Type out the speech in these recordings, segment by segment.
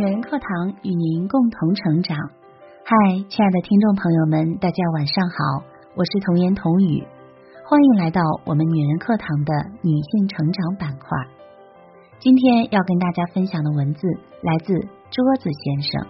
人课堂与您共同成长。嗨，亲爱的听众朋友们，大家晚上好，我是童言童语，欢迎来到我们女人课堂的女性成长板块。今天要跟大家分享的文字来自桌子先生。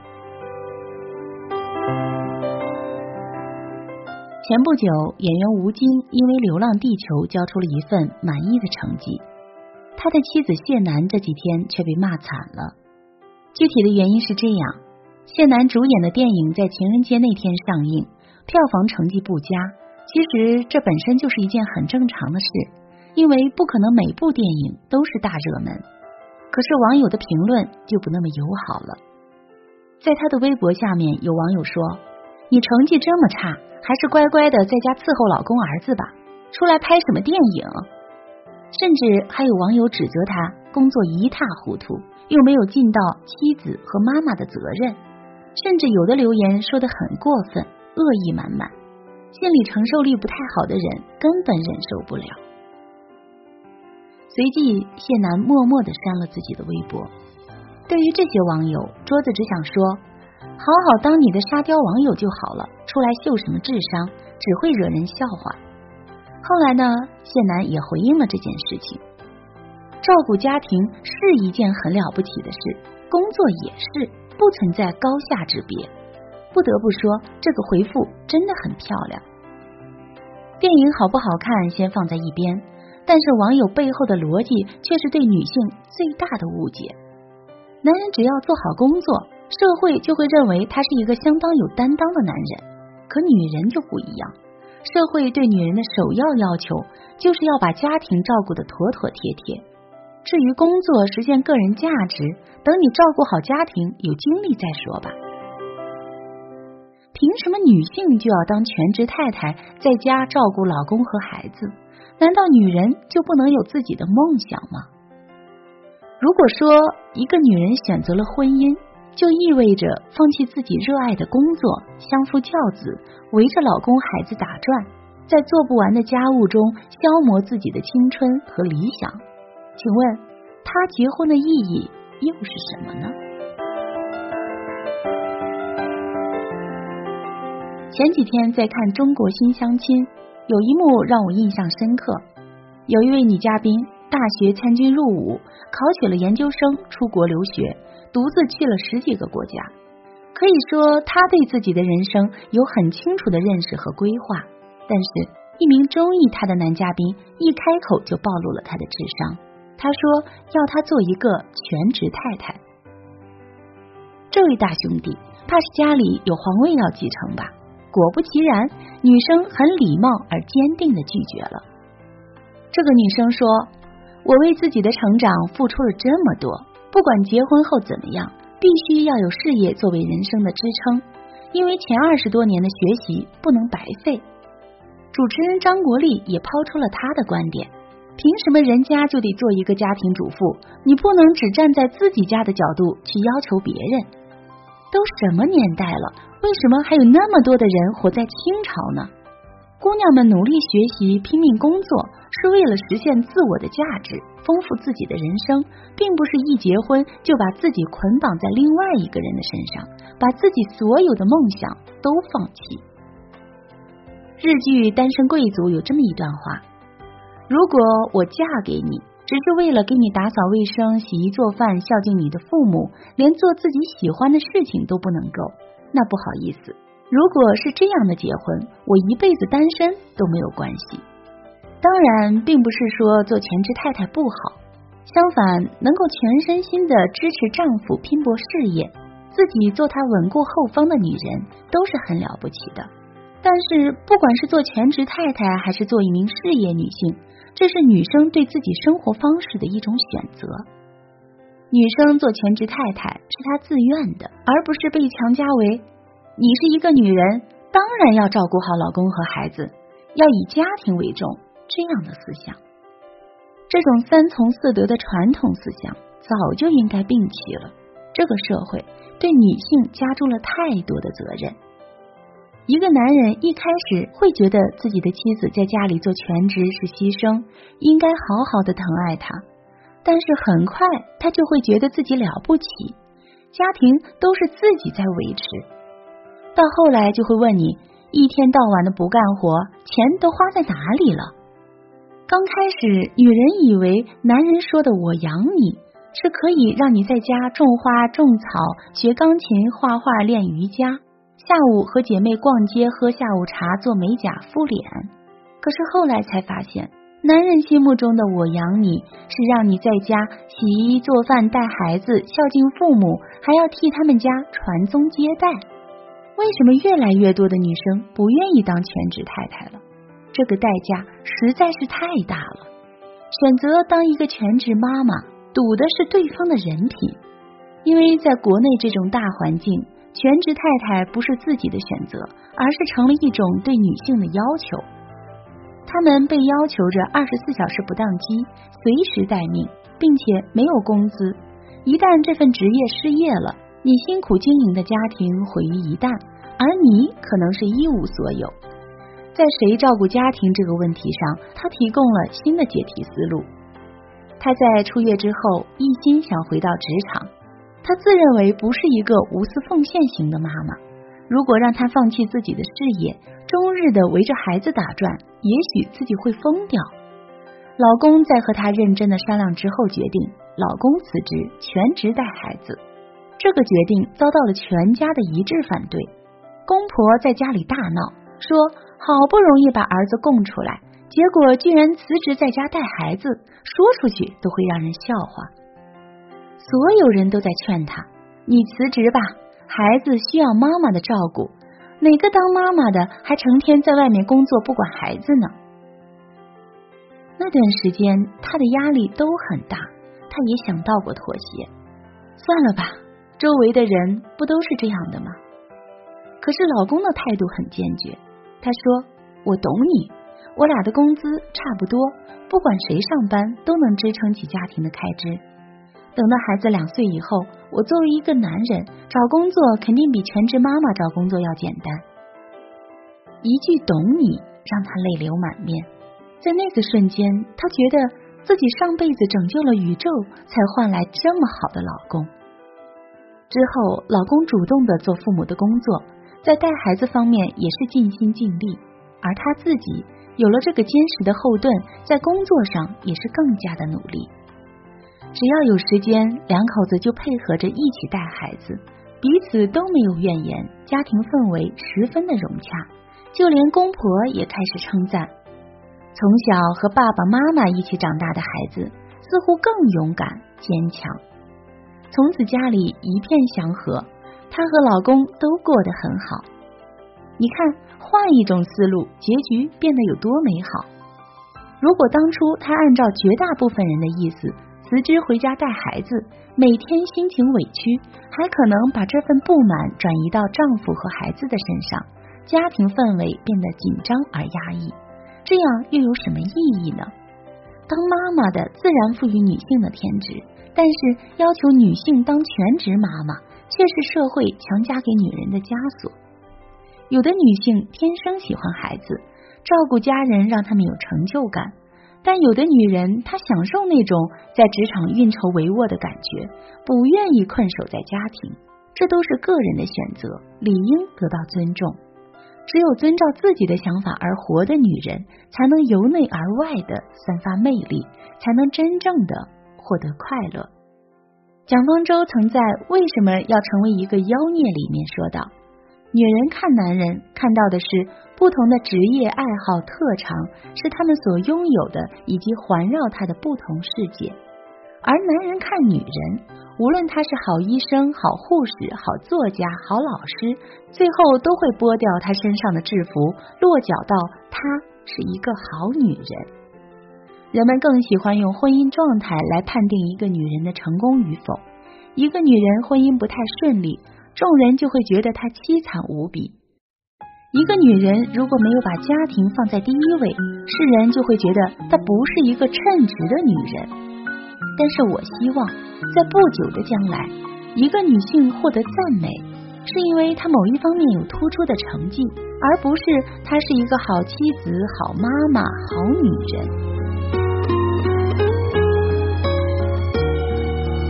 前不久，演员吴京因为《流浪地球》交出了一份满意的成绩，他的妻子谢楠这几天却被骂惨了。具体的原因是这样，谢楠主演的电影在情人节那天上映，票房成绩不佳。其实这本身就是一件很正常的事，因为不可能每部电影都是大热门。可是网友的评论就不那么友好了。在他的微博下面，有网友说，你成绩这么差，还是乖乖的在家伺候老公儿子吧，出来拍什么电影？甚至还有网友指责他工作一塌糊涂，又没有尽到妻子和妈妈的责任，甚至有的留言说得很过分，恶意满满，心理承受力不太好的人根本忍受不了。随即谢楠默默地删了自己的微博。对于这些网友，桌子只想说，好好当你的沙雕网友就好了，出来秀什么智商，只会惹人笑话。后来呢，谢楠也回应了这件事情，照顾家庭是一件很了不起的事，工作也是，不存在高下之别。不得不说，这个回复真的很漂亮。电影好不好看先放在一边，但是网友背后的逻辑却是对女性最大的误解。男人只要做好工作，社会就会认为他是一个相当有担当的男人。可女人就不一样，社会对女人的首要要求就是要把家庭照顾得妥妥帖帖。至于工作实现个人价值，等你照顾好家庭有精力再说吧。凭什么女性就要当全职太太，在家照顾老公和孩子？难道女人就不能有自己的梦想吗？如果说一个女人选择了婚姻，就意味着放弃自己热爱的工作，相夫教子，围着老公孩子打转，在做不完的家务中消磨自己的青春和理想，请问她结婚的意义又是什么呢？前几天在看《中国新相亲》，有一幕让我印象深刻。有一位女嘉宾大学参军入伍，考取了研究生，出国留学，独自去了10几个国家。可以说她对自己的人生有很清楚的认识和规划，但是一名中意她的男嘉宾一开口就暴露了她的智商。他说要她做一个全职太太。这位大兄弟怕是家里有皇位要继承吧？果不其然，女生很礼貌而坚定地拒绝了。这个女生说，我为自己的成长付出了这么多，不管结婚后怎么样，必须要有事业作为人生的支撑，因为前20多年的学习不能白费。主持人张国立也抛出了他的观点，凭什么人家就得做一个家庭主妇，你不能只站在自己家的角度去要求别人？都什么年代了，为什么还有那么多的人活在清朝呢？姑娘们努力学习，拼命工作，是为了实现自我的价值，丰富自己的人生，并不是一结婚就把自己捆绑在另外一个人的身上，把自己所有的梦想都放弃。日剧《单身贵族》有这么一段话，如果我嫁给你，只是为了给你打扫卫生、洗衣做饭、孝敬你的父母，连做自己喜欢的事情都不能够，那不好意思，如果是这样的结婚，我一辈子单身都没有关系。当然并不是说做全职太太不好，相反，能够全身心的支持丈夫拼搏事业，自己做他稳固后方的女人都是很了不起的。但是不管是做全职太太还是做一名事业女性，这是女生对自己生活方式的一种选择。女生做全职太太是她自愿的，而不是被强加为你是一个女人，当然要照顾好老公和孩子，要以家庭为重，这样的思想。这种3从4德的传统思想早就应该摒弃了，这个社会对女性加诸了太多的责任。一个男人一开始会觉得自己的妻子在家里做全职是牺牲，应该好好的疼爱她，但是很快他就会觉得自己了不起， 家庭都是自己在维持。到后来就会问你，一天到晚的不干活，钱都花在哪里了？刚开始女人以为男人说的我养你是可以让你在家种花种草，学钢琴画画练瑜伽，下午和姐妹逛街喝下午茶做美甲敷脸。可是后来才发现，男人心目中的我养你是让你在家洗衣做饭带孩子孝敬父母，还要替他们家传宗接代。为什么越来越多的女生不愿意当全职太太了？这个代价实在是太大了。选择当一个全职妈妈，赌的是对方的人品。因为在国内这种大环境，全职太太不是自己的选择，而是成了一种对女性的要求。她们被要求着24小时不当机，随时待命，并且没有工资。一旦这份职业失业了，你辛苦经营的家庭毁于一旦，而你可能是一无所有。在谁照顾家庭这个问题上，他提供了新的解题思路。他在出狱之后一心想回到职场，他自认为不是一个无私奉献型的妈妈。如果让他放弃自己的事业，终日的围着孩子打转，也许自己会疯掉。老公在和他认真的商量之后决定，老公辞职全职带孩子。这个决定遭到了全家的一致反对。公婆在家里大闹，说好不容易把儿子供出来，结果居然辞职在家带孩子，说出去都会让人笑话。所有人都在劝他，你辞职吧，孩子需要妈妈的照顾，哪个当妈妈的还成天在外面工作不管孩子呢？那段时间他的压力都很大，他也想到过妥协，算了吧，周围的人不都是这样的吗？可是老公的态度很坚决，他说，我懂你，我俩的工资差不多，不管谁上班都能支撑起家庭的开支。等到孩子2岁以后，我作为一个男人，找工作肯定比全职妈妈找工作要简单。一句懂你让他泪流满面，在那个瞬间，他觉得自己上辈子拯救了宇宙，才换来这么好的老公。之后老公主动的做父母的工作，在带孩子方面也是尽心尽力，而他自己有了这个坚实的后盾，在工作上也是更加的努力。只要有时间，两口子就配合着一起带孩子，彼此都没有怨言，家庭氛围十分的融洽，就连公婆也开始称赞，从小和爸爸妈妈一起长大的孩子似乎更勇敢坚强。从此家里一片祥和，她和老公都过得很好。你看，换一种思路，结局变得有多美好。如果当初她按照绝大部分人的意思辞职回家带孩子，每天心情委屈，还可能把这份不满转移到丈夫和孩子的身上，家庭氛围变得紧张而压抑，这样又有什么意义呢？当妈妈的自然赋予女性的天职，但是要求女性当全职妈妈，却是社会强加给女人的枷锁。有的女性天生喜欢孩子，照顾家人让她们有成就感，但有的女人她享受那种在职场运筹帷幄的感觉，不愿意困守在家庭，这都是个人的选择，理应得到尊重。只有遵照自己的想法而活的女人，才能由内而外的散发魅力，才能真正的获得快乐。蒋方舟曾在《为什么要成为一个妖孽》里面说道，女人看男人看到的是不同的职业爱好特长，是他们所拥有的以及环绕他的不同世界，而男人看女人，无论他是好医生、好护士、好作家、好老师，最后都会剥掉他身上的制服，落脚到她是一个好女人。人们更喜欢用婚姻状态来判定一个女人的成功与否。一个女人婚姻不太顺利，众人就会觉得她凄惨无比。一个女人如果没有把家庭放在第一位，世人就会觉得她不是一个称职的女人。但是我希望在不久的将来，一个女性获得赞美，是因为她某一方面有突出的成绩，而不是她是一个好妻子、好妈妈、好女人。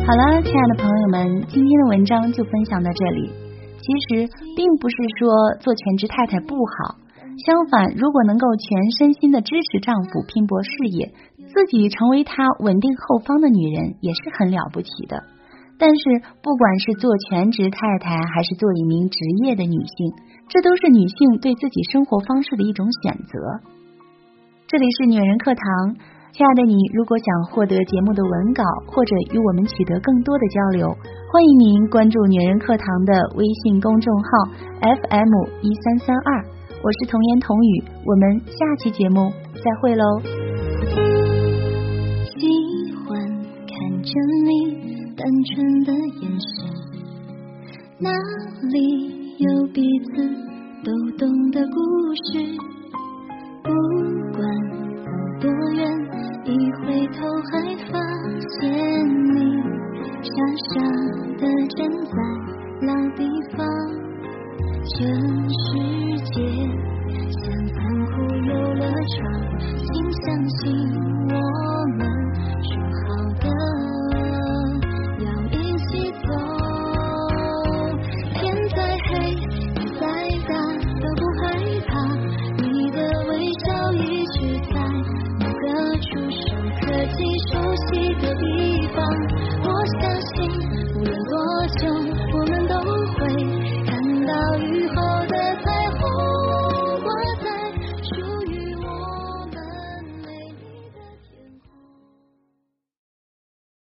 好了，亲爱的朋友们，今天的文章就分享到这里。其实并不是说做全职太太不好，相反，如果能够全身心的支持丈夫拼搏事业，自己成为他稳定后方的女人，也是很了不起的。但是不管是做全职太太还是做一名职业的女性，这都是女性对自己生活方式的一种选择。这里是女人课堂，亲爱的你，如果想获得节目的文稿或者与我们取得更多的交流，欢迎您关注女人课堂的微信公众号 FM1332，我是童言童语，我们下期节目再会喽。 喜欢看着你单纯的眼神，那里有彼此都懂的故事，不管走多远，一回头还发现你傻傻的站在老地方。这世界像仓库游乐场，请相信